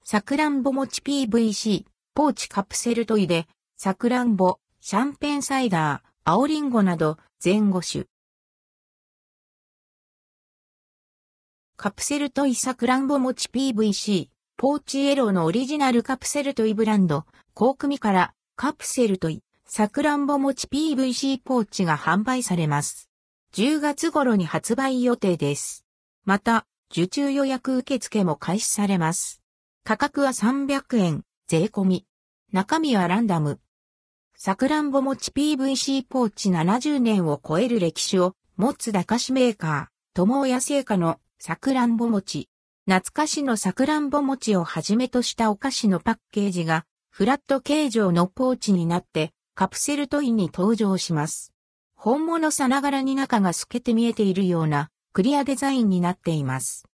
さくらんぼ餅 PVC、ポーチカプセルトイで、さくらんぼ、シャンペンサイダー、青りんごなど、全5種。カプセルトイさくらんぼ餅 PVC、ポーチエローのオリジナルカプセルトイブランド、コークミからカプセルトイ、さくらんぼ餅 PVC ポーチが販売されます。10月頃に発売予定です。また、受注予約受付も開始されます。価格は300円、税込み。中身はランダム。さくらんぼ餅 PVC ポーチ70年を超える歴史を持つ駄菓子メーカー、友親製菓のさくらんぼ餅。懐かしのさくらんぼ餅をはじめとしたお菓子のパッケージがフラット形状のポーチになってカプセルトイに登場します。本物さながらに中が透けて見えているようなクリアデザインになっています。